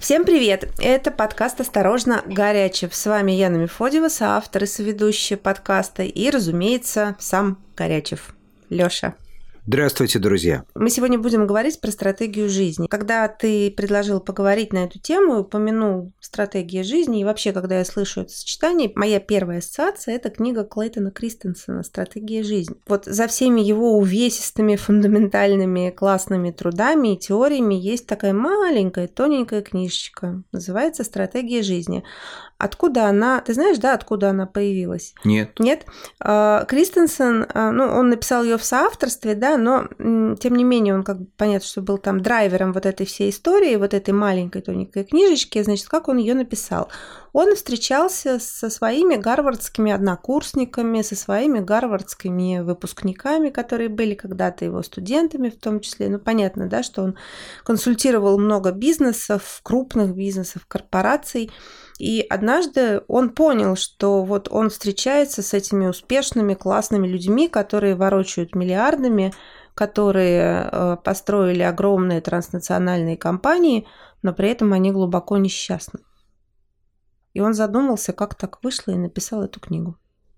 Всем привет! Это подкаст «Осторожно, Горячев». С вами Яна Мефодьева, соавтор и соведущая подкаста, и, разумеется, сам Горячев. Лёша. Здравствуйте, друзья. Мы сегодня будем говорить про стратегию жизни. Когда ты предложил поговорить на эту тему, упомянул стратегию жизни, и вообще, когда я слышу это сочетание, моя первая ассоциация – это книга Клейтона Кристенсена «Стратегия жизни». Вот за всеми его увесистыми, фундаментальными, классными трудами и теориями есть такая маленькая, тоненькая книжечка. Называется «Стратегия жизни». Откуда она? Ты знаешь, да, откуда она появилась? Нет. Нет? Кристенсен, он написал ее в соавторстве, да, но тем не менее он, как бы, понятно, что был там драйвером вот этой всей истории, вот этой маленькой тоненькой книжечки. Значит, как он ее написал? Он встречался со своими гарвардскими однокурсниками, со своими гарвардскими выпускниками, которые были когда-то его студентами в том числе. Ну, понятно, да, что он консультировал много бизнесов, крупных бизнесов, корпораций. И однажды он понял, что вот он встречается с этими успешными, классными людьми, которые ворочают миллиардами, которые построили огромные транснациональные компании, но при этом они глубоко несчастны. И он задумался, как так вышло, и написал эту книгу.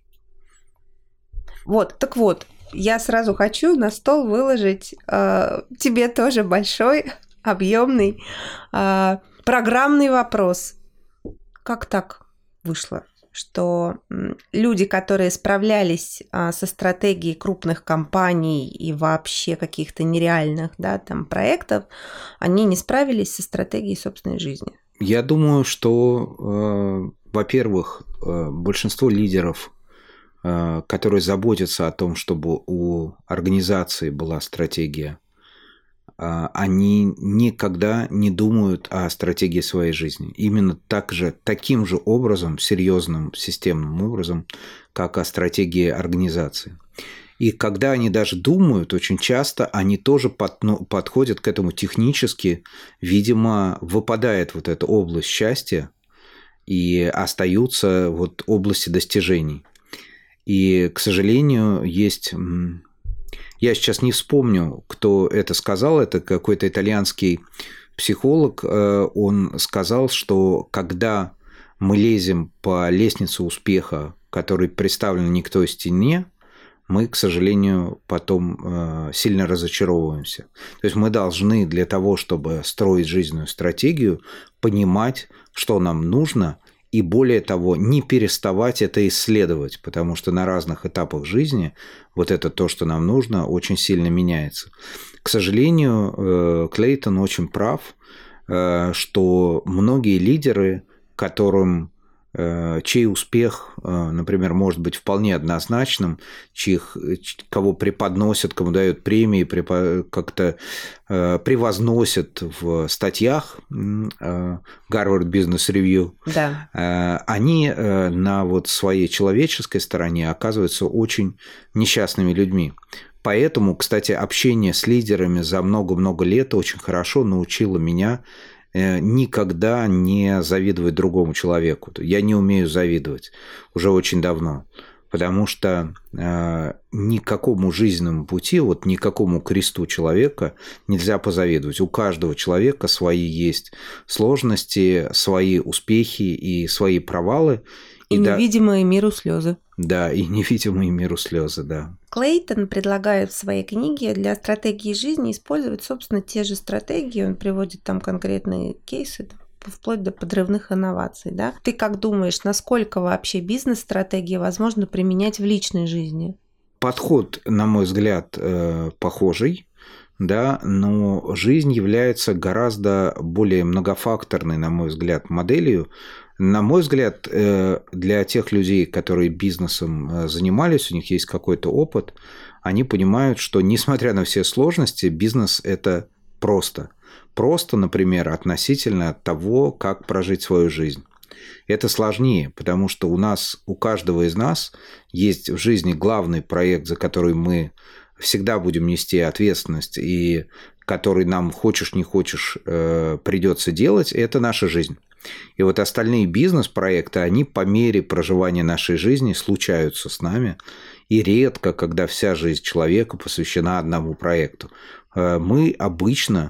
Вот, так вот, я сразу хочу на стол выложить тебе тоже большой, объемный программный вопрос. Как так вышло, что люди, которые справлялись со стратегией крупных компаний и вообще каких-то нереальных, да, там, проектов, они не справились со стратегией собственной жизни? Я думаю, что, во-первых, большинство лидеров, которые заботятся о том, чтобы у организации была стратегия, они никогда не думают о стратегии своей жизни. Именно таким же образом, серьезным, системным образом, как о стратегии организации. И когда они даже думают, очень часто они тоже подходят к этому технически. Видимо, выпадает вот эта область счастья, и остаются вот области достижений. И, к сожалению, есть... Я сейчас не вспомню, кто это сказал, это какой-то итальянский психолог. Он сказал, что когда мы лезем по лестнице успеха, которой представлен не к той стене, мы, к сожалению, потом сильно разочаровываемся. То есть мы должны для того, чтобы строить жизненную стратегию, понимать, что нам нужно, и более того, не переставать это исследовать, потому что на разных этапах жизни вот это то, что нам нужно, очень сильно меняется. К сожалению, Клейтон очень прав, что многие лидеры, чей успех, например, может быть вполне однозначным, кого преподносят, кому дают премии, как-то превозносят в статьях Harvard Business Review, да. Они на вот своей человеческой стороне оказываются очень несчастными людьми. Поэтому, кстати, общение с лидерами за много-много лет очень хорошо научило меня никогда не завидовать другому человеку. Я не умею завидовать уже очень давно, потому что никакому жизненному пути, вот никакому кресту человека нельзя позавидовать. У каждого человека свои есть сложности, свои успехи и свои провалы. И невидимые миру слезы. Да, и невидимые миру слезы, да. Клейтон предлагает в своей книге для стратегии жизни использовать, собственно, те же стратегии. Он приводит там конкретные кейсы, вплоть до подрывных инноваций. Да? Ты как думаешь, насколько вообще бизнес-стратегии возможно применять в личной жизни? Подход, на мой взгляд, похожий. Да, но жизнь является гораздо более многофакторной, на мой взгляд, моделью. На мой взгляд, для тех людей, которые бизнесом занимались, у них есть какой-то опыт, они понимают, что, несмотря на все сложности, бизнес – это просто. Просто, например, относительно того, как прожить свою жизнь. Это сложнее, потому что у каждого из нас есть в жизни главный проект, за который мы всегда будем нести ответственность, и который нам, хочешь не хочешь, придется делать, это наша жизнь. И вот остальные бизнес-проекты, они по мере проживания нашей жизни случаются с нами. И редко, когда вся жизнь человека посвящена одному проекту. Мы обычно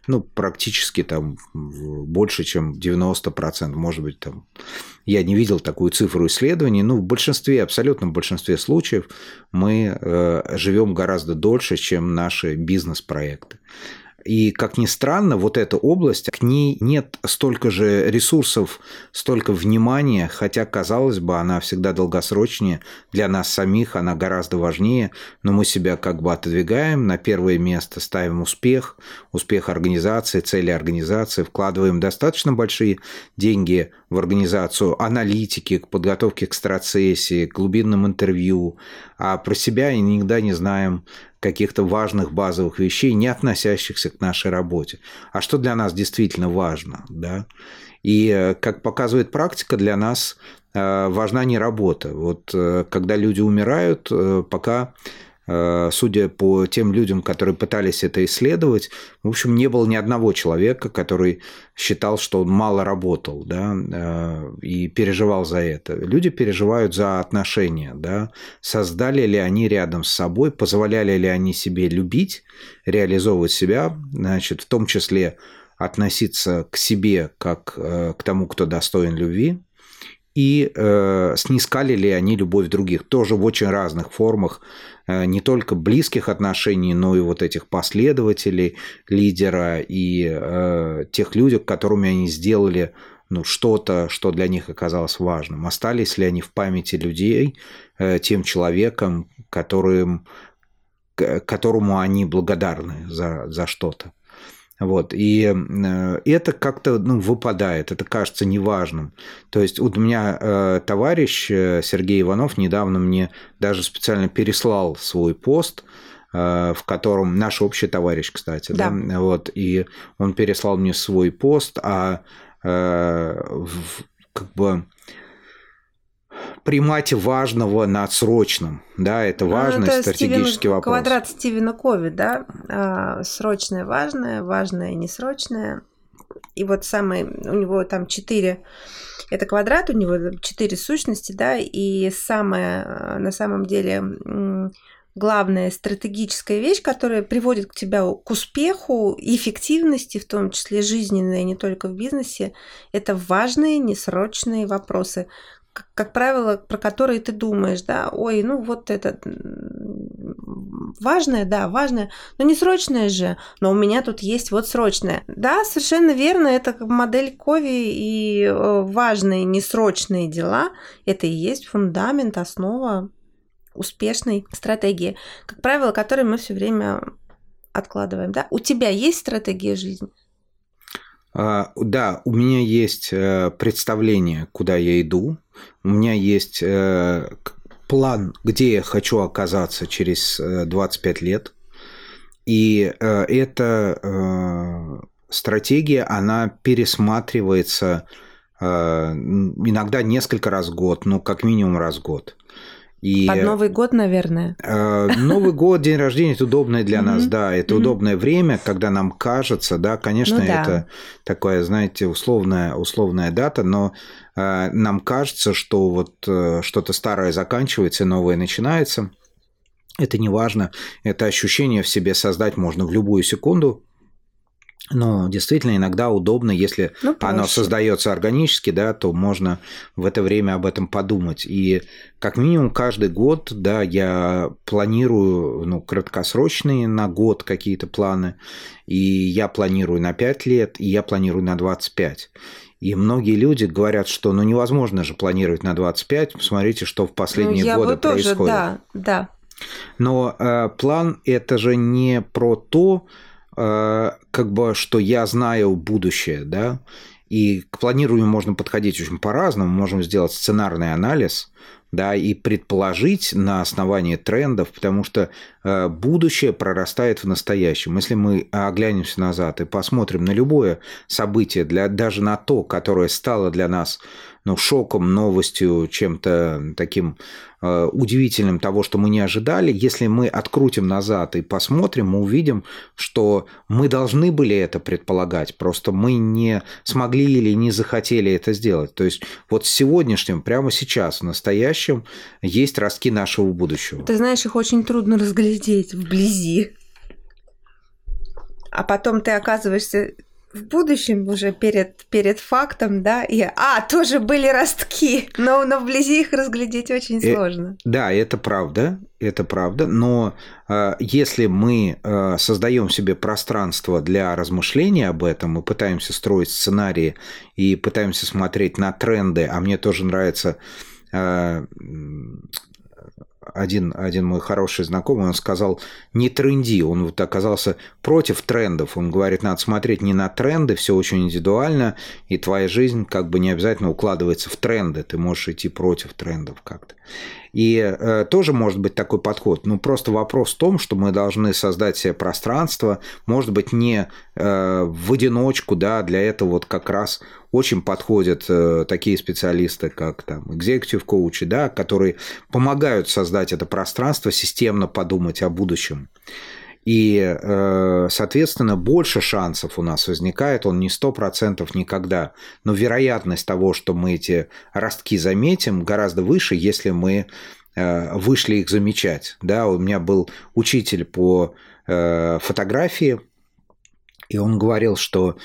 ну, практически там больше, чем 90%, может быть, там, я не видел такую цифру исследований, но в большинстве, абсолютном большинстве случаев мы живем гораздо дольше, чем наши бизнес-проекты. И, как ни странно, вот эта область, к ней нет столько же ресурсов, столько внимания, хотя, казалось бы, она всегда долгосрочнее, для нас самих она гораздо важнее, но мы себя как бы отодвигаем, на первое место ставим успех организации, цели организации, вкладываем достаточно большие деньги в организацию, аналитики, к подготовке к страцессии, к глубинным интервью, а про себя иногда не знаем каких-то важных базовых вещей, не относящихся к нашей работе. А что для нас действительно важно? Да? И, как показывает практика, для нас важна не работа. Вот когда люди умирают, пока, судя по тем людям, которые пытались это исследовать, в общем, не было ни одного человека, который считал, что он мало работал, да, и переживал за это. Люди переживают за отношения, да, создали ли они рядом с собой, позволяли ли они себе любить, реализовывать себя, значит, в том числе относиться к себе как к тому, кто достоин любви, и снискали ли они любовь других, тоже в очень разных формах, не только близких отношений, но и вот этих последователей, лидера и тех людей, которыми они сделали что-то, что для них оказалось важным. Остались ли они в памяти людей тем человеком, которому они благодарны за что-то. Вот. И это как-то выпадает, это кажется неважным. То есть вот у меня товарищ Сергей Иванов недавно мне даже специально переслал свой пост, в котором наш общий товарищ, кстати, да. Да? Вот, и он переслал мне свой пост о как бы примате важного над срочным, да, это важный стратегический вопрос. Квадрат Стивена Кови, да, срочное, важное, несрочное. И вот у него там 4, это квадрат, у него 4 сущности, да, и самое, на самом деле, главная стратегическая вещь, которая приводит к тебя к успеху и эффективности, в том числе жизненной, не только в бизнесе, это важные, несрочные вопросы, как правило, про которые ты думаешь, да, ой, вот это важное, да, важное, но не срочное же, но у меня тут есть вот срочное. Да, совершенно верно, это модель Кови, и важные, несрочные дела, это и есть фундамент, основа успешной стратегии, как правило, которую мы все время откладываем, да. У тебя есть стратегия жизни? Да, у меня есть представление, куда я иду. У меня есть план, где я хочу оказаться через 25 лет. И эта стратегия, она пересматривается иногда несколько раз в год, как минимум раз в год. И под Новый год, наверное. Новый год, день рождения – это удобное для нас, да, это удобное время, когда нам кажется, да, конечно, это такая, знаете, условная дата, но нам кажется, что вот что-то старое заканчивается, новое начинается. Это не важно, это ощущение в себе создать можно в любую секунду. Но действительно иногда удобно, если оно создается органически, да, то можно в это время об этом подумать. И как минимум каждый год, да, я планирую краткосрочные на год какие-то планы, и я планирую на 5 лет, и я планирую на 25. И многие люди говорят, что невозможно же планировать на 25, посмотрите, что в последние годы происходит. Тоже, да. Но план – это же не про то, что я знаю будущее, да, и к планированию можно подходить очень по-разному, можем сделать сценарный анализ, да, и предположить на основании трендов, потому что будущее прорастает в настоящем. Если мы оглянемся назад и посмотрим на любое событие, даже на то, которое стало для нас шоком, новостью, чем-то таким удивительным того, что мы не ожидали, если мы открутим назад и посмотрим, мы увидим, что мы должны были это предполагать, просто мы не смогли или не захотели это сделать. То есть вот в сегодняшнем, прямо сейчас, в настоящем, есть ростки нашего будущего. Ты знаешь, их очень трудно разглядеть вблизи. а потом ты оказываешься в будущем уже перед фактом, да, и тоже были ростки, но вблизи их разглядеть очень сложно. Да, это правда, но если мы создаем себе пространство для размышления об этом, мы пытаемся строить сценарии и пытаемся смотреть на тренды, а мне тоже нравится... Один мой хороший знакомый, он сказал, не тренди, он вот оказался против трендов. Он говорит, надо смотреть не на тренды, все очень индивидуально, и твоя жизнь как бы не обязательно укладывается в тренды, ты можешь идти против трендов как-то. И тоже может быть такой подход. Ну, просто вопрос в том, что мы должны создать себе пространство, может быть, не в одиночку, да, для этого вот как раз очень подходят такие специалисты, как там executive коучи, да, которые помогают создать это пространство, системно подумать о будущем. И, соответственно, больше шансов у нас возникает, он не 100% никогда, но вероятность того, что мы эти ростки заметим, гораздо выше, если мы вышли их замечать. Да, у меня был учитель по фотографии, и он говорил, что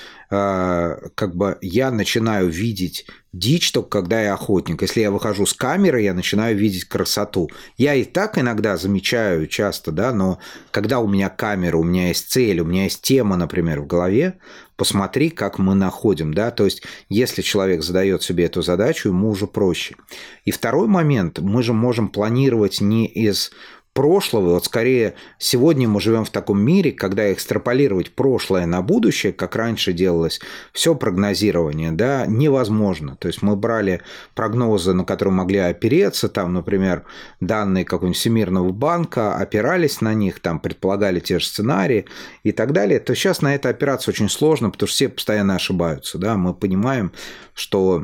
как бы я начинаю видеть дичь только когда я охотник. Если я выхожу с камеры, я начинаю видеть красоту. Я и так иногда замечаю часто, да, но когда у меня камера, у меня есть цель, у меня есть тема, например, в голове, посмотри, как мы находим, да, то есть если человек задает себе эту задачу, ему уже проще. И второй момент, мы же можем планировать не из прошлого, вот скорее сегодня мы живем в таком мире, когда экстраполировать прошлое на будущее, как раньше делалось, все прогнозирование, да, невозможно. То есть мы брали прогнозы, на которые могли опереться, там, например, данные какого-нибудь Всемирного банка, опирались на них, там, предполагали те же сценарии и так далее, то сейчас на это опираться очень сложно, потому что все постоянно ошибаются, да, мы понимаем, что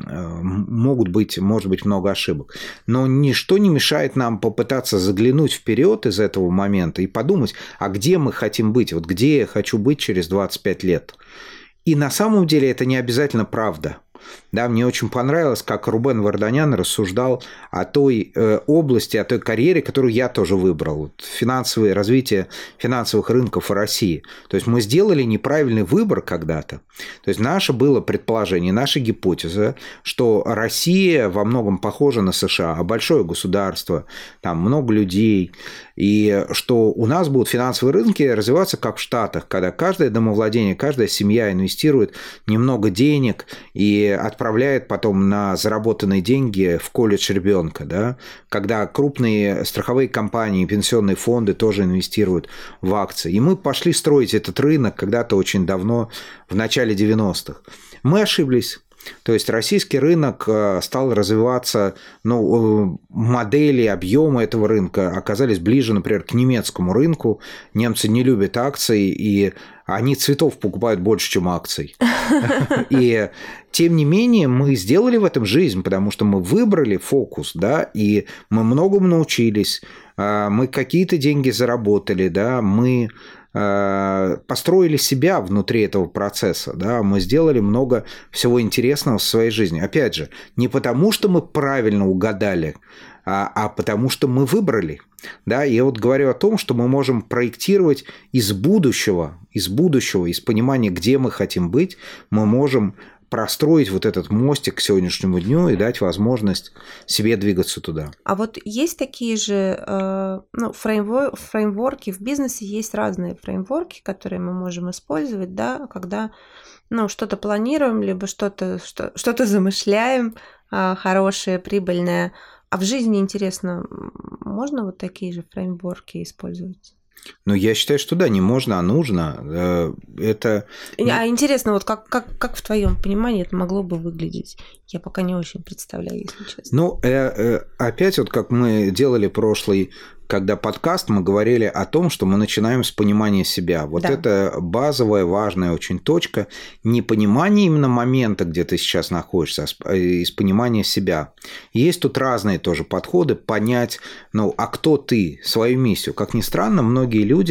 может быть много ошибок. Но ничто не мешает нам попытаться заглянуть вперед из этого момента и подумать, а где мы хотим быть, вот где я хочу быть через 25 лет. И на самом деле это не обязательно правда. Да, мне очень понравилось, как Рубен Варданян рассуждал о той области, о той карьере, которую я тоже выбрал. Вот финансовое развитие финансовых рынков в России. То есть мы сделали неправильный выбор когда-то. То есть наше было предположение, наша гипотеза, что Россия во многом похожа на США, большое государство, там много людей, и что у нас будут финансовые рынки развиваться как в Штатах, когда каждое домовладение, каждая семья инвестирует немного денег и отправляет потом на заработанные деньги в колледж ребенка, да? Когда крупные страховые компании, пенсионные фонды тоже инвестируют в акции. И мы пошли строить этот рынок когда-то очень давно, в начале 90-х. Мы ошиблись. То есть российский рынок стал развиваться, модели, объемы этого рынка оказались ближе, например, к немецкому рынку. Немцы не любят акции, и они цветов покупают больше, чем акций. И тем не менее мы сделали в этом жизнь, потому что мы выбрали фокус, да, и мы многому научились, мы какие-то деньги заработали, да, мы построили себя внутри этого процесса, да, мы сделали много всего интересного в своей жизни. Опять же, не потому, что мы правильно угадали, а потому, что мы выбрали. Да, я вот говорю о том, что мы можем проектировать из будущего, из понимания, где мы хотим быть, мы можем простроить вот этот мостик к сегодняшнему дню и дать возможность себе двигаться туда. А вот есть такие же фреймворки, в бизнесе есть разные фреймворки, которые мы можем использовать, да, когда что-то планируем, либо что-то замышляем хорошее, прибыльное. А в жизни, интересно, можно вот такие же фреймворки использовать? Я считаю, что да, не можно, а нужно. Это... А интересно, вот как в твоем понимании это могло бы выглядеть? Я пока не очень представляю, если честно. Опять вот как мы делали прошлый, когда подкаст, мы говорили о том, что мы начинаем с понимания себя. Вот да. Это базовая, важная очень точка. Не понимание именно момента, где ты сейчас находишься, а из понимания себя. Есть тут разные тоже подходы. Понять, а кто ты, свою миссию. Как ни странно, многие люди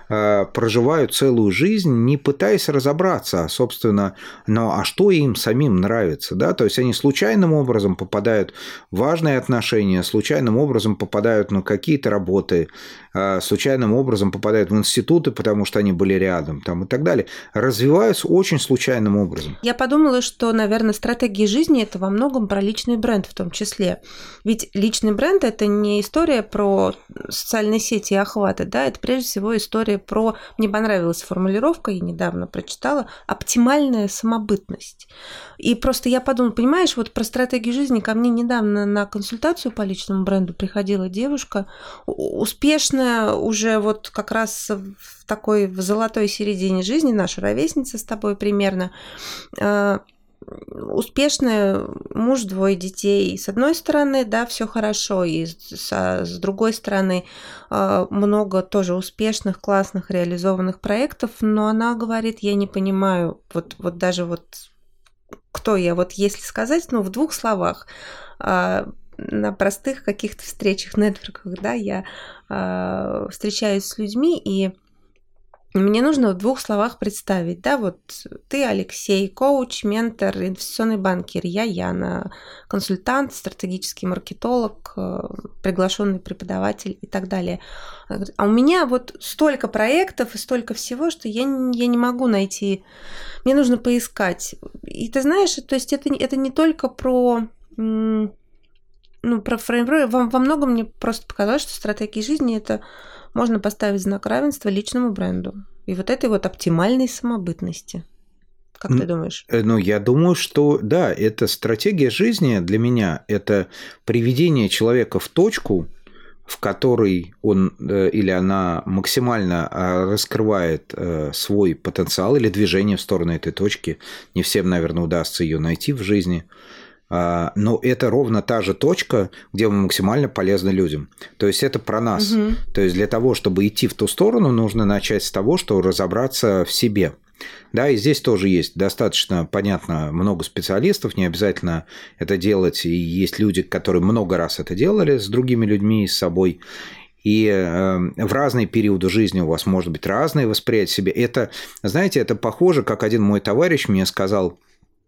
проживают целую жизнь, не пытаясь разобраться, собственно, а что им самим нравится, да, то есть они случайным образом попадают в важные отношения, случайным образом попадают на какие-то работы, случайным образом попадают в институты, потому что они были рядом, там, и так далее, развиваются очень случайным образом. Я подумала, что, наверное, стратегия жизни – это во многом про личный бренд в том числе. Ведь личный бренд – это не история про социальные сети и охваты, да, это прежде всего история про, мне понравилась формулировка, я недавно прочитала, оптимальная самобытность. И просто я подумала, понимаешь, вот про стратегию жизни ко мне недавно на консультацию по личному бренду приходила девушка, успешная уже вот как раз в такой в золотой середине жизни, наша ровесница с тобой примерно, успешная, муж, 2 детей. С одной стороны, да, все хорошо, и с другой стороны, много тоже успешных, классных, реализованных проектов, но она говорит, я не понимаю, вот даже вот кто я, вот если сказать, ну, в 2 словах, на простых каких-то встречах, нетворках, да, я встречаюсь с людьми, и мне нужно в 2 словах представить, да, вот ты, Алексей, коуч, ментор, инвестиционный банкир, я Яна, консультант, стратегический маркетолог, приглашенный преподаватель и так далее. А у меня вот столько проектов и столько всего, что я не могу найти, мне нужно поискать. И ты знаешь, то есть это не только про... про фреймворк, во многом мне просто показалось, что стратегия жизни – это можно поставить знак равенства личному бренду и вот этой вот оптимальной самобытности. Как ты думаешь? Ну, я думаю, что да, это стратегия жизни для меня – это приведение человека в точку, в которой он или она максимально раскрывает свой потенциал или движение в сторону этой точки. Не всем, наверное, удастся ее найти в жизни. Но это ровно та же точка, где мы максимально полезны людям. То есть это про нас. Угу. То есть для того, чтобы идти в ту сторону, нужно начать с того, что разобраться в себе. Да, и здесь тоже есть достаточно, понятно, много специалистов, не обязательно это делать. И есть люди, которые много раз это делали с другими людьми и с собой. И в разные периоды жизни у вас может быть разное восприятие себе. Это, знаете, это похоже, как один мой товарищ мне сказал...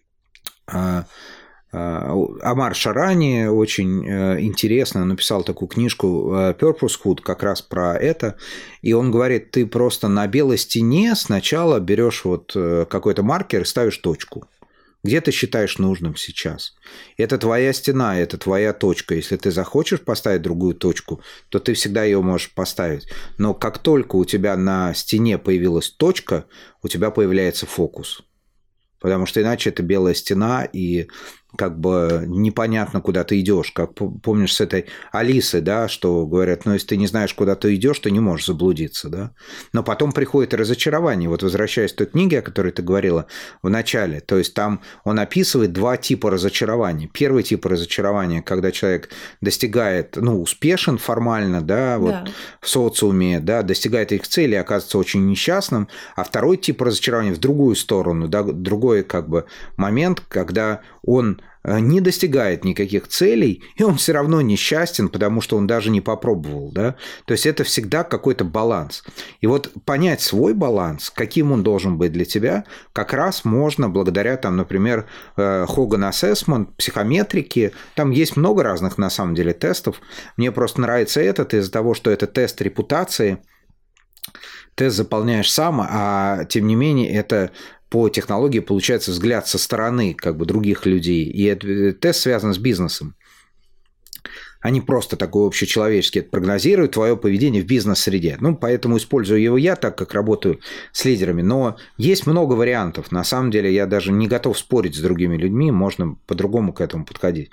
Амар Шарани очень интересно написал такую книжку Purposehood как раз про это. И он говорит, ты просто на белой стене сначала берешь вот какой-то маркер и ставишь точку. Где ты считаешь нужным сейчас? Это твоя стена, это твоя точка. Если ты захочешь поставить другую точку, то ты всегда ее можешь поставить. Но как только у тебя на стене появилась точка, у тебя появляется фокус. Потому что иначе это белая стена, и как бы непонятно, куда ты идешь. Как помнишь с этой Алисой, да, что говорят, ну, если ты не знаешь, куда ты идешь, ты не можешь заблудиться, да. Но потом приходит разочарование. Вот возвращаясь к той книге, о которой ты говорила в начале, то есть там он описывает 2 типа разочарования. Первый тип разочарования, когда человек достигает, ну, успешен формально, да, вот в социуме, да, достигает их цели, оказывается очень несчастным. А второй тип разочарования в другую сторону, да, другой как бы момент, когда он не достигает никаких целей, и он все равно несчастен, потому что он даже не попробовал. Да? То есть это всегда какой-то баланс. И вот понять свой баланс, каким он должен быть для тебя, как раз можно благодаря, там, например, Hogan Assessment, психометрике. Там есть много разных, на самом деле, тестов. Мне просто нравится этот из-за того, что это тест репутации. Тест заполняешь сам, а тем не менее это... по технологии получается взгляд со стороны как бы других людей. И этот тест связан с бизнесом. Они просто такой общечеловеческий. Это прогнозируют твое поведение в бизнес-среде. Ну, поэтому использую его я, так как работаю с лидерами. Но есть много вариантов. На самом деле я даже не готов спорить с другими людьми. Можно по-другому к этому подходить.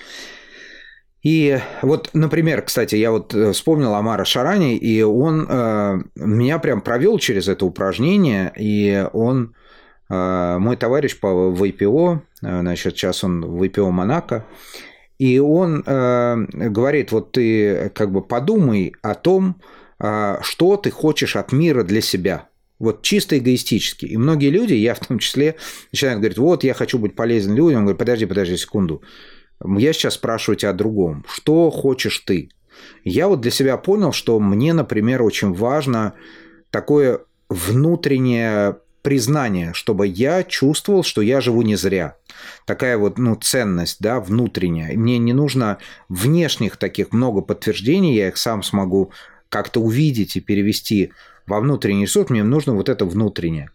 И вот, например, кстати, я вот вспомнил Амара Шарани, и он меня прям провел через это упражнение, и он... Мой товарищ по IPO, значит, сейчас он в IPO Монако, и он говорит, вот ты как бы подумай о том, что ты хочешь от мира для себя. Вот чисто эгоистически. И многие люди, я в том числе, начинают говорить, вот я хочу быть полезен людям. Он говорит, подожди секунду. Я сейчас спрашиваю тебя о другом. Что хочешь ты? Я вот для себя понял, что мне, например, очень важно такое внутреннее признание, чтобы я чувствовал, что я живу не зря. Такая вот, ценность, да, внутренняя. И мне не нужно внешних таких много подтверждений, я их сам смогу как-то увидеть и перевести во внутренний ресурс, мне нужно вот это внутреннее.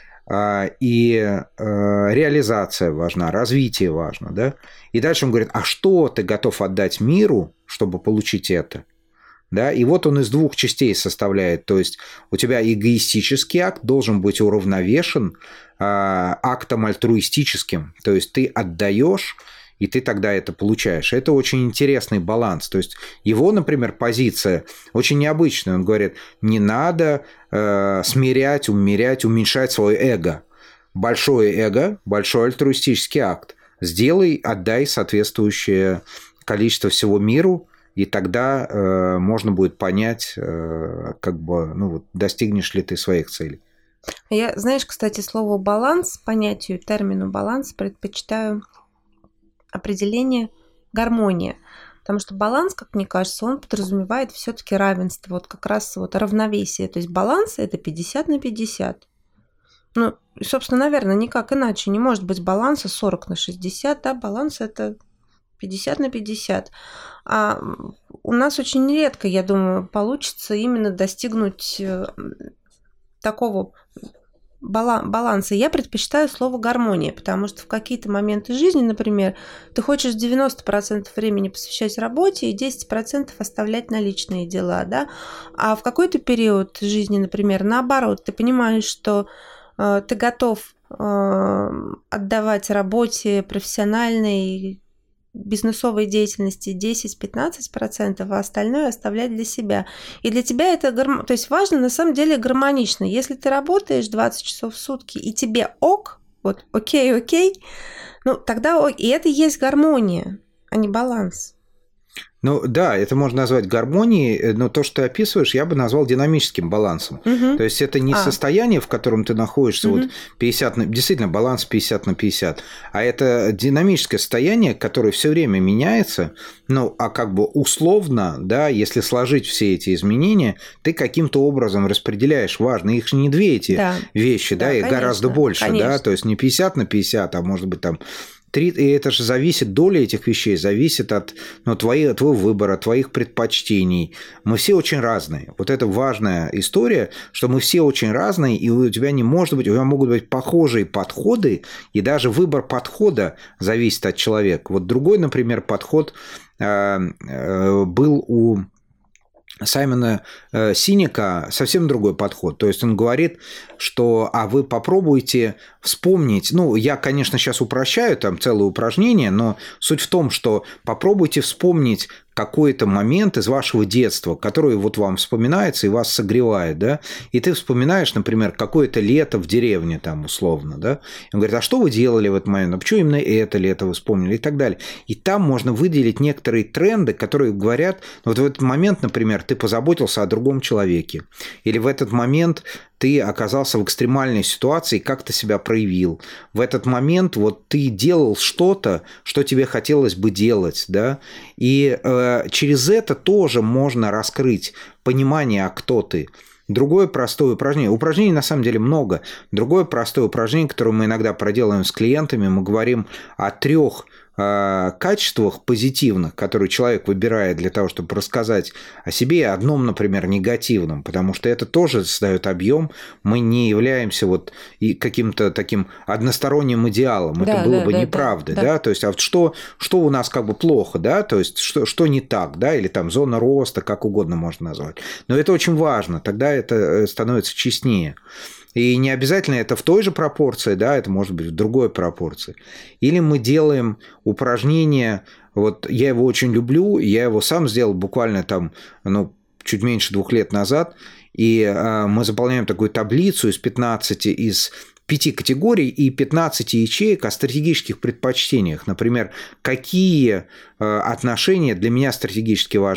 И реализация важна, развитие важно, да. И дальше он говорит, а что ты готов отдать миру, чтобы получить это? Да? И вот он из двух частей составляет. То есть у тебя эгоистический акт должен быть уравновешен актом альтруистическим. То есть ты отдаешь, и ты тогда это получаешь. Это очень интересный баланс. То есть его, например, позиция очень необычная. Он говорит, не надо смирять, умерять, уменьшать свое эго. Большое эго, большой альтруистический акт. Сделай, отдай соответствующее количество всего миру, и тогда можно будет понять, достигнешь ли ты своих целей. Я, знаешь, кстати, слово «баланс», понятию, термину «баланс» предпочитаю определение «гармония». Потому что баланс, как мне кажется, он подразумевает все-таки равенство, вот как раз вот равновесие. То есть баланс – это 50/50. Ну, и, собственно, наверное, никак иначе не может быть баланса 40/60, да, баланс – это 50/50. А у нас очень редко, я думаю, получится именно достигнуть такого баланса. Я предпочитаю слово «гармония», потому что в какие-то моменты жизни, например, ты хочешь 90% времени посвящать работе и 10% оставлять на личные дела, да? А в какой-то период жизни, например, наоборот, ты понимаешь, что ты готов отдавать работе профессиональной, бизнесовой деятельности 10-15%, а остальное оставлять для себя. И для тебя это то есть важно на самом деле гармонично. Если ты работаешь 20 часов в сутки и тебе ок, вот окей, ну тогда ок. И это и есть гармония, а не баланс. Ну да, это можно назвать гармонией, но то, что ты описываешь, я бы назвал динамическим балансом. Угу. То есть это не состояние, в котором ты находишься, вот 50 действительно баланс 50/50, а это динамическое состояние, которое все время меняется, ну, а как бы условно, да, если сложить все эти изменения, ты каким-то образом распределяешь, важно, их же не две эти вещи, да, их гораздо больше, да, то есть не 50/50, а может быть там. И это же зависит, доля этих вещей зависит от твоего выбора, твоих предпочтений. Мы все очень разные. Вот это важная история, что мы все очень разные, и у тебя не может быть, у тебя могут быть похожие подходы, и даже выбор подхода зависит от человека. Вот другой, например, подход был у Саймона Синека совсем другой подход. То есть он говорит, что вы попробуйте вспомнить, я, конечно, сейчас упрощаю там целое упражнение, но суть в том, что попробуйте вспомнить какой-то момент из вашего детства, который вот вам вспоминается и вас согревает, да, и ты вспоминаешь, например, какое-то лето в деревне там условно, да, и он говорит, а что вы делали в этот момент, почему именно это лето вы вспомнили и так далее. И там можно выделить некоторые тренды, которые говорят, вот в этот момент, например, ты позаботился о другом человеке, или в этот момент ты оказался в экстремальной ситуации, как ты себя проявил. В этот момент вот ты делал что-то, что тебе хотелось бы делать, да, и через это тоже можно раскрыть понимание, кто ты. Другое простое упражнение. Упражнений на самом деле много. Другое простое упражнение, которое мы иногда проделываем с клиентами, мы говорим о 3 качествах позитивных, которые человек выбирает для того, чтобы рассказать о себе, и одном, например, негативном, потому что это тоже создает объем. Мы не являемся вот каким-то таким односторонним идеалом. Это было бы неправдой, да. То есть, а вот что у нас как бы плохо, да, то есть, что не так, да, или там зона роста, как угодно можно назвать. Но это очень важно, тогда это становится честнее. И не обязательно это в той же пропорции, да, это может быть в другой пропорции. Или мы делаем упражнение, вот я его очень люблю, я его сам сделал буквально там, чуть меньше 2 лет назад, и мы заполняем такую таблицу из 5 категорий и 15 ячеек о стратегических предпочтениях. Например, какие отношения для меня стратегически важны.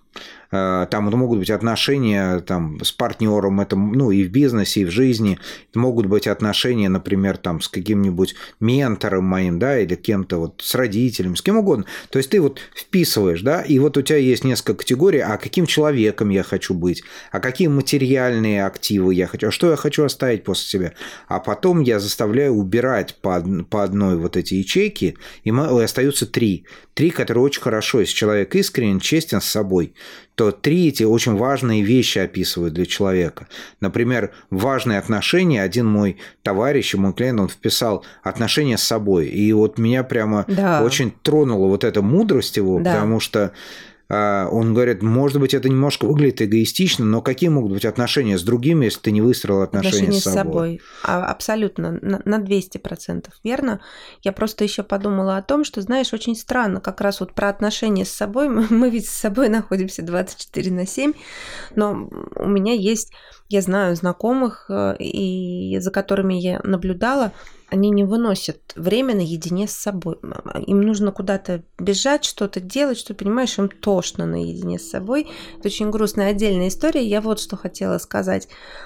Там это могут быть отношения там, с партнером, это, ну, и в бизнесе, и в жизни. Это могут быть отношения, например, там, с каким-нибудь ментором моим, да, или кем-то вот, с родителем, с кем угодно. То есть ты вот вписываешь, да, и вот у тебя есть несколько категорий, а каким человеком я хочу быть, а какие материальные активы я хочу, а что я хочу оставить после себя. А потом я заставляю убирать по одной вот эти ячейки, и остаются три, которые очень хорошо, если человек искренен, честен с собой, то три эти очень важные вещи описывают для человека. Например, важные отношения. Один мой товарищ, мой клиент, он вписал отношения с собой. И вот меня прямо очень тронула вот эта мудрость его, потому что он говорит, может быть, это немножко выглядит эгоистично, но какие могут быть отношения с другими, если ты не выстроил отношения с собой? Абсолютно, на 200%, верно? Я просто еще подумала о том, что, знаешь, очень странно, как раз вот про отношения с собой, мы ведь с собой находимся 24/7, но у меня есть, я знаю знакомых, и за которыми я наблюдала, они не выносят время наедине с собой. Им нужно куда-то бежать, что-то делать, что, понимаешь, им тошно наедине с собой. Это очень грустная отдельная история. Я вот что хотела сказать.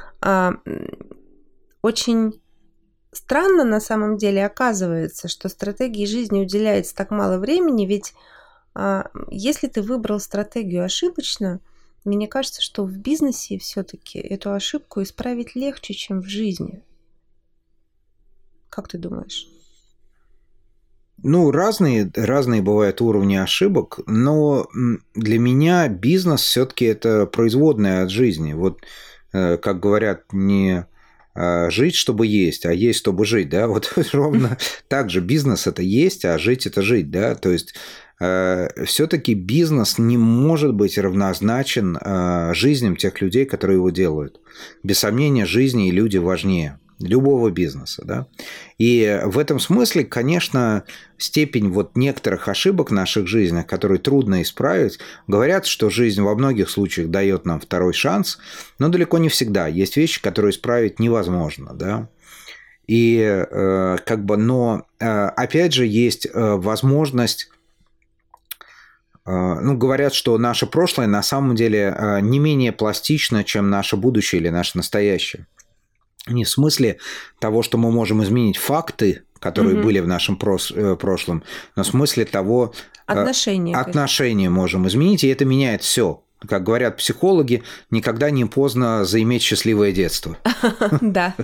Очень странно на самом деле оказывается, что стратегии жизни уделяется так мало времени, ведь если ты выбрал стратегию ошибочно, мне кажется, что в бизнесе все-таки эту ошибку исправить легче, чем в жизни. Как ты думаешь? Ну, разные бывают уровни ошибок, но для меня бизнес все-таки это производная от жизни. Вот, как говорят, не жить, чтобы есть, а есть, чтобы жить, да, вот ровно так же бизнес это есть, а жить это жить, да, то есть все-таки бизнес не может быть равнозначен жизням тех людей, которые его делают. Без сомнения, жизни и люди важнее любого бизнеса, да. И в этом смысле, конечно, степень вот некоторых ошибок в наших жизнях, которые трудно исправить, говорят, что жизнь во многих случаях дает нам второй шанс, но далеко не всегда. Есть вещи, которые исправить невозможно, да. И как бы, но опять же есть возможность. Ну, говорят, что наше прошлое на самом деле не менее пластично, чем наше будущее или наше настоящее. Не в смысле того, что мы можем изменить факты, которые были в нашем прошлом, но в смысле того, отношения можем изменить, и это меняет все. Как говорят психологи, никогда не поздно заиметь счастливое детство. Да.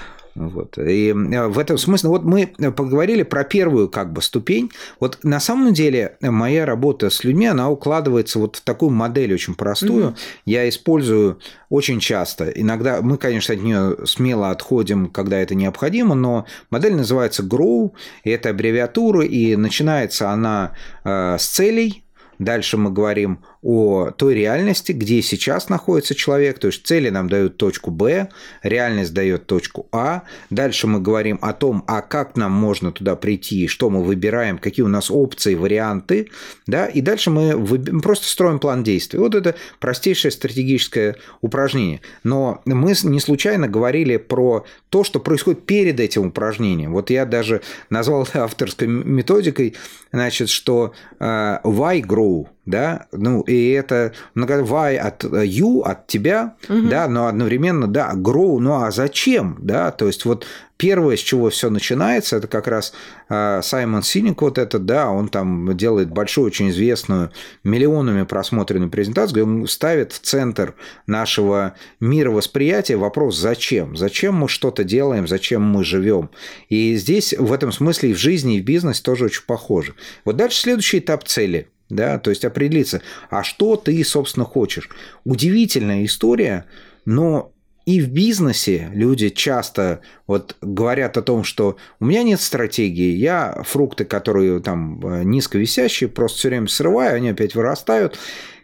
Вот. И в этом смысле, вот мы поговорили про первую как бы ступень. Вот на самом деле моя работа с людьми, она укладывается вот в такую модель очень простую. Я использую очень часто. Иногда мы, конечно, от нее смело отходим, когда это необходимо, но модель называется GROW, и это аббревиатура, и начинается она с целей. Дальше мы говорим о той реальности, где сейчас находится человек, то есть цели нам дают точку Б, реальность дает точку А. Дальше мы говорим о том, а как нам можно туда прийти, что мы выбираем, какие у нас опции, варианты, да, и дальше мы просто строим план действий. Вот это простейшее стратегическое упражнение. Но мы не случайно говорили про то, что происходит перед этим упражнением. Вот я даже назвал это авторской методикой, значит, что why grow, да, ну, и это why от you, от тебя, да, но одновременно, да, grow, ну, а зачем, да, то есть вот первое, с чего все начинается, это как раз Саймон Синек, вот этот, да, он там делает большую, очень известную, миллионами просмотренную презентацию, где он ставит в центр нашего мировосприятия вопрос «зачем?». Зачем мы что-то делаем, зачем мы живем? И здесь в этом смысле и в жизни, и в бизнесе тоже очень похоже. Вот дальше следующий этап цели. Да, то есть определиться, а что ты, собственно, хочешь. Удивительная история, но и в бизнесе люди часто вот говорят о том, что у меня нет стратегии, я фрукты, которые там низковисящие, просто все время срываю, они опять вырастают.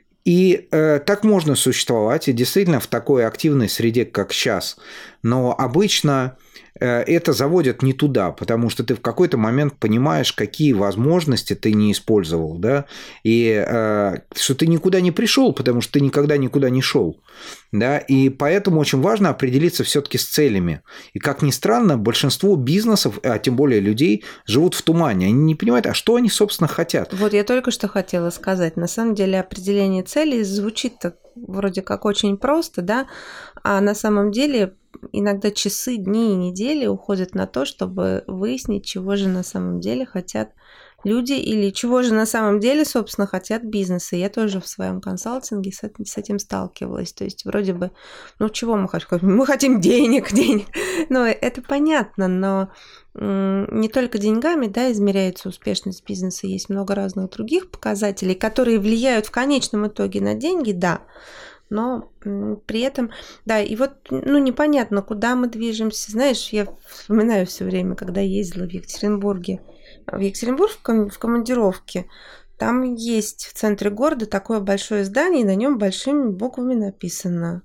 И так можно существовать, и действительно в такой активной среде, как сейчас. Но обычно это заводит не туда, потому что ты в какой-то момент понимаешь, какие возможности ты не использовал, да, и что ты никуда не пришел, потому что ты никогда никуда не шел, да, и поэтому очень важно определиться все-таки с целями. И как ни странно, большинство бизнесов, а тем более людей, живут в тумане, они не понимают, а что они, собственно, хотят. Вот я только что хотела сказать, на самом деле определение целей звучит так вроде как очень просто, да, а на самом деле иногда часы, дни и недели уходят на то, чтобы выяснить, чего же на самом деле хотят люди или чего же на самом деле, собственно, хотят бизнесы. Я тоже в своем консалтинге с этим сталкивалась. То есть вроде бы, ну чего мы хотим? Мы хотим денег. Ну, это понятно, но не только деньгами, да, измеряется успешность бизнеса. Есть много разных других показателей, которые влияют в конечном итоге на деньги, да. Но при этом, да, и вот, ну, непонятно, куда мы движемся. Знаешь, я вспоминаю все время, когда ездила в Екатеринбург в командировке, там есть в центре города такое большое здание, и на нем большими буквами написано,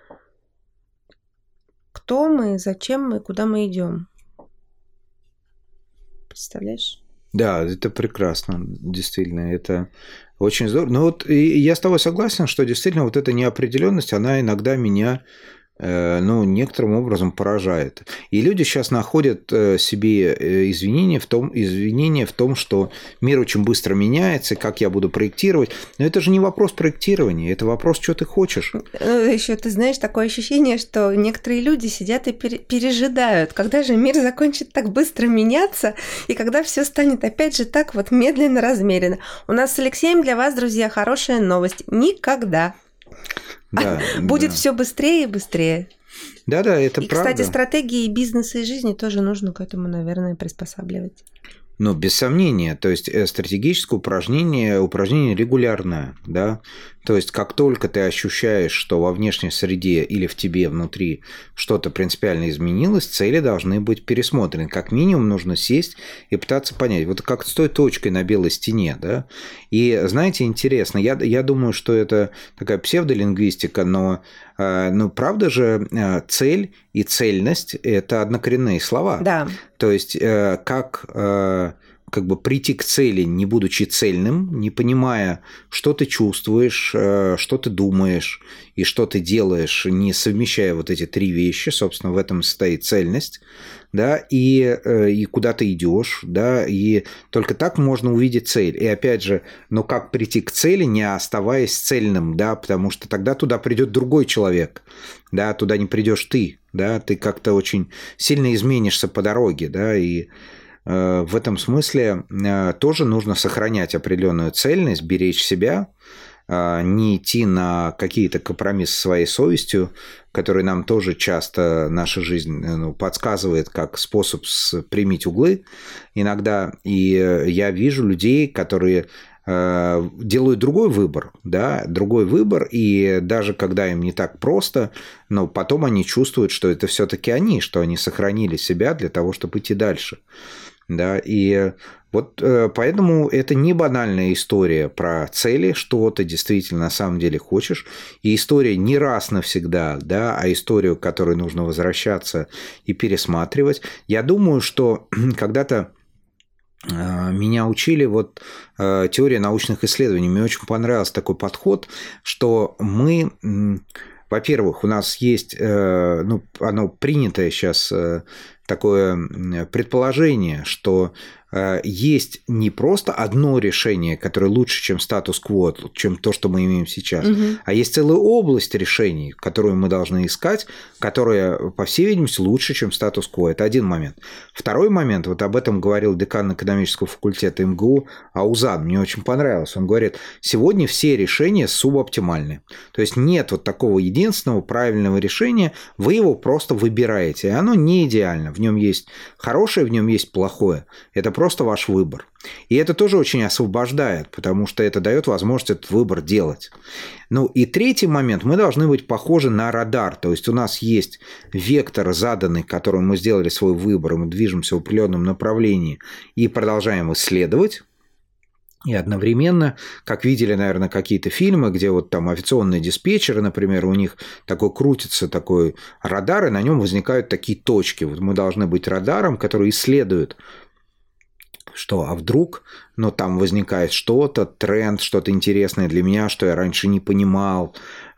кто мы, зачем мы, куда мы идем. Представляешь? Да, это прекрасно, действительно, это очень здорово. Но вот и я с тобой согласен, что действительно вот эта неопределенность, она иногда меня, ну, некоторым образом поражает. И люди сейчас находят себе извинения в том, что мир очень быстро меняется, как я буду проектировать. Но это же не вопрос проектирования, это вопрос, что ты хочешь. Еще ты знаешь, такое ощущение, что некоторые люди сидят и пережидают, когда же мир закончит так быстро меняться, и когда все станет опять же так вот медленно, размеренно. У нас с Алексеем для вас, друзья, хорошая новость. Никогда. Да, будет все быстрее и быстрее. Да, это и, правда. Кстати, стратегии бизнеса и жизни тоже нужно к этому, наверное, приспосабливать. Ну, без сомнения. То есть стратегическое упражнение регулярное, да. То есть как только ты ощущаешь, что во внешней среде или в тебе внутри что-то принципиально изменилось, цели должны быть пересмотрены. Как минимум нужно сесть и пытаться понять. Вот как с той точкой на белой стене, да. И знаете, интересно, я думаю, что это такая псевдолингвистика, но правда же цель и цельность – это однокоренные слова. Да. То есть как бы прийти к цели, не будучи цельным, не понимая, что ты чувствуешь, что ты думаешь и что ты делаешь, не совмещая вот эти три вещи, собственно, в этом состоит цельность, да, и куда ты идешь, да, и только так можно увидеть цель. И опять же, но как прийти к цели, не оставаясь цельным, да, потому что тогда туда придет другой человек, да, туда не придешь ты, да, ты как-то очень сильно изменишься по дороге, да, и в этом смысле тоже нужно сохранять определенную цельность, беречь себя, не идти на какие-то компромиссы со своей совестью, которые нам тоже часто наша жизнь подсказывает как способ спрямить углы иногда. И я вижу людей, которые делают другой выбор, и даже когда им не так просто, но потом они чувствуют, что это все-таки они, что они сохранили себя для того, чтобы идти дальше. Да, и вот поэтому это не банальная история про цели, что ты действительно на самом деле хочешь, и история не раз навсегда, да, а историю, к которой нужно возвращаться и пересматривать. Я думаю, что когда-то меня учили теории научных исследований. Мне очень понравился такой подход, что мы, во-первых, у нас есть, оно принятое сейчас такое предположение, что есть не просто одно решение, которое лучше, чем статус-кво, чем то, что мы имеем сейчас, а есть целая область решений, которую мы должны искать, которая, по всей видимости, лучше, чем статус-кво. Это один момент. Второй момент, вот об этом говорил декан экономического факультета МГУ Аузан, мне очень понравилось. Он говорит, сегодня все решения субоптимальны. То есть нет вот такого единственного правильного решения, вы его просто выбираете, и оно не идеально. В нем есть хорошее, в нем есть плохое. Это просто ваш выбор. И это тоже очень освобождает, потому что это дает возможность этот выбор делать. Ну и третий момент, мы должны быть похожи на радар, то есть у нас есть вектор заданный, которым мы сделали свой выбор, и мы движемся в определенном направлении и продолжаем исследовать. И одновременно, как видели, наверное, какие-то фильмы, где вот там авиационные диспетчеры, например, у них такой крутится такой радар, и на нем возникают такие точки. Вот мы должны быть радаром, который исследует, что, а вдруг, но там возникает что-то, тренд, что-то интересное для меня, что я раньше не понимал.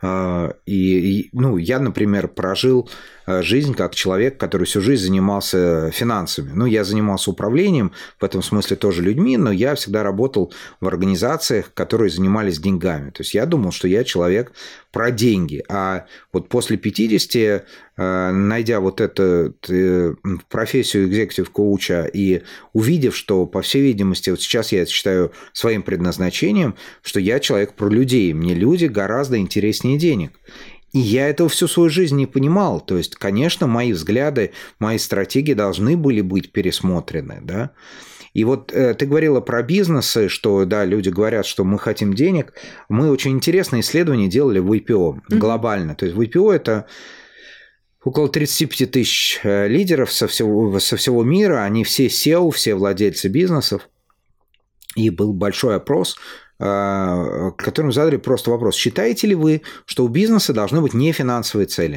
И я, например, прожил жизнь как человек, который всю жизнь занимался финансами. Я занимался управлением, в этом смысле тоже людьми, но я всегда работал в организациях, которые занимались деньгами. То есть я думал, что я человек про деньги. А вот после 50, найдя вот эту профессию экзекутив-коуча и увидев, что, по всей видимости, вот сейчас я это считаю своим предназначением, что я человек про людей. Мне люди гораздо интереснее денег. И я этого всю свою жизнь не понимал. То есть, конечно, мои взгляды, мои стратегии должны были быть пересмотрены. Да? И вот ты говорила про бизнесы, что да, люди говорят, что мы хотим денег. Мы очень интересное исследование делали в IPO глобально. То есть в IPO это около 35 тысяч лидеров со всего мира. Они все SEO, все владельцы бизнесов. И был большой опрос, которым задали просто вопрос: считаете ли вы, что у бизнеса должны быть нефинансовые цели?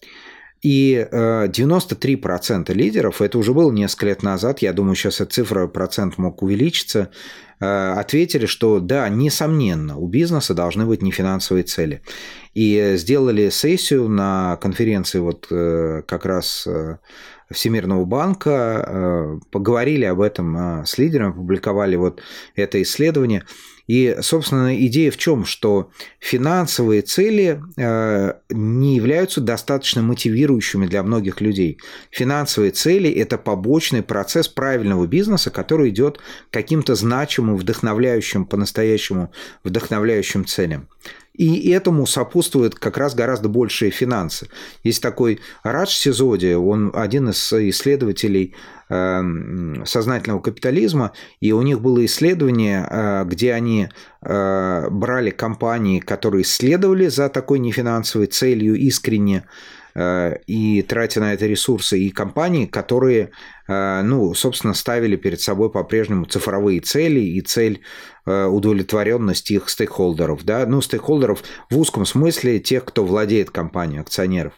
И 93% лидеров, это уже было несколько лет назад, я думаю, сейчас эта цифра, процент мог увеличиться, ответили, что да, несомненно, у бизнеса должны быть нефинансовые цели. И сделали сессию на конференции вот как раз Всемирного банка, поговорили об этом с лидерами, опубликовали вот это исследование. И, собственно, идея в чем? Что финансовые цели не являются достаточно мотивирующими для многих людей. Финансовые цели – это побочный процесс правильного бизнеса, который идет к каким-то значимым, вдохновляющим, по-настоящему вдохновляющим целям. И этому сопутствуют как раз гораздо большие финансы. Есть такой Радж Сизоди, он один из исследователей сознательного капитализма, и у них было исследование, где они брали компании, которые следовали за такой нефинансовой целью искренне и тратя на это ресурсы, и компании, которые, собственно, ставили перед собой по-прежнему цифровые цели и цель удовлетворенности их стейкхолдеров. Да? Стейкхолдеров в узком смысле тех, кто владеет компанией, акционеров.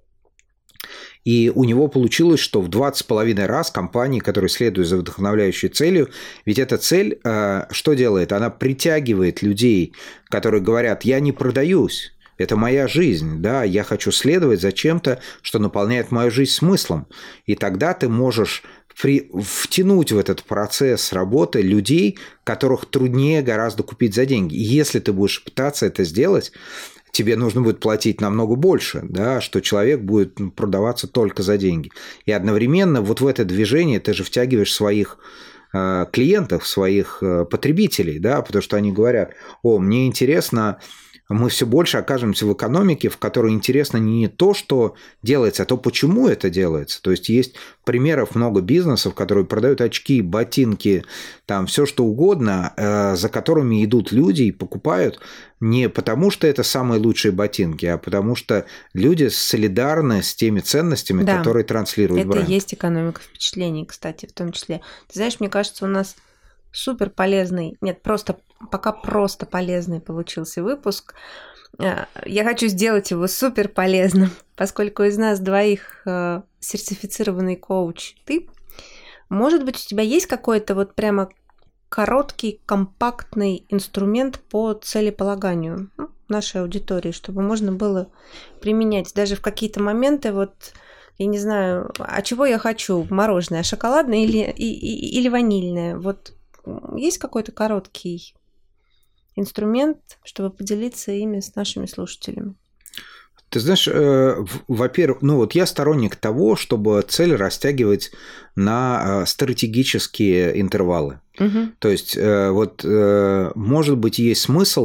И у него получилось, что в 20,5 раз компании, которые следуют за вдохновляющей целью, ведь эта цель что делает? Она притягивает людей, которые говорят: я не продаюсь, это моя жизнь, да, я хочу следовать за чем-то, что наполняет мою жизнь смыслом. И тогда ты можешь втянуть в этот процесс работы людей, которых труднее гораздо купить за деньги. И если ты будешь пытаться это сделать, тебе нужно будет платить намного больше, да, что человек будет продаваться только за деньги. И одновременно вот в это движение ты же втягиваешь своих клиентов, своих потребителей, да, потому что они говорят: мне интересно, мы все больше окажемся в экономике, в которой интересно не то, что делается, а то, почему это делается. То есть есть примеров много бизнесов, которые продают очки, ботинки, там все что угодно, за которыми идут люди и покупают не потому, что это самые лучшие ботинки, а потому что люди солидарны с теми ценностями, да, которые транслирует бренд. Это и есть экономика впечатлений, кстати, в том числе. Ты знаешь, мне кажется, у нас супер полезный, пока просто полезный получился выпуск. Я хочу сделать его супер полезным, поскольку из нас двоих сертифицированный коуч ты. Может быть, у тебя есть какой-то вот прямо короткий, компактный инструмент по целеполаганию нашей аудитории, чтобы можно было применять даже в какие-то моменты, вот, я не знаю, а чего я хочу, мороженое, шоколадное или ванильное, вот. Есть какой-то короткий инструмент, чтобы поделиться ими с нашими слушателями? Ты знаешь, во-первых, я сторонник того, чтобы цель растягивать на стратегические интервалы. Угу. То есть, может быть, есть смысл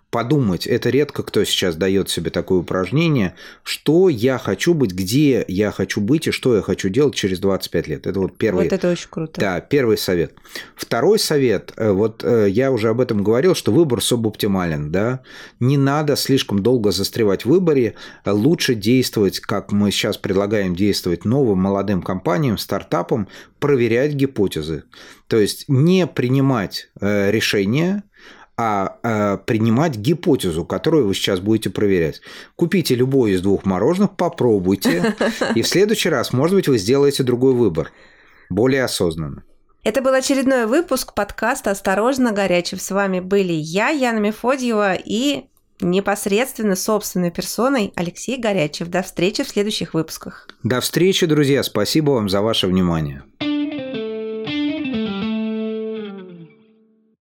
подумать, это редко кто сейчас дает себе такое упражнение, что я хочу быть, где я хочу быть и что я хочу делать через 25 лет. Это вот первый. Вот это очень круто. Да, первый совет. Второй совет, вот я уже об этом говорил, что выбор субоптимален, да, не надо слишком долго застревать в выборе, лучше действовать, как мы сейчас предлагаем действовать новым молодым компаниям, стартапам, проверять гипотезы. То есть не принимать решения, а принимать гипотезу, которую вы сейчас будете проверять. Купите любое из двух мороженых, попробуйте, и в следующий раз, может быть, вы сделаете другой выбор, более осознанно. Это был очередной выпуск подкаста «Осторожно, Горячев». С вами были я, Яна Мефодьева, и непосредственно собственной персоной Алексей Горячев. До встречи в следующих выпусках. До встречи, друзья. Спасибо вам за ваше внимание.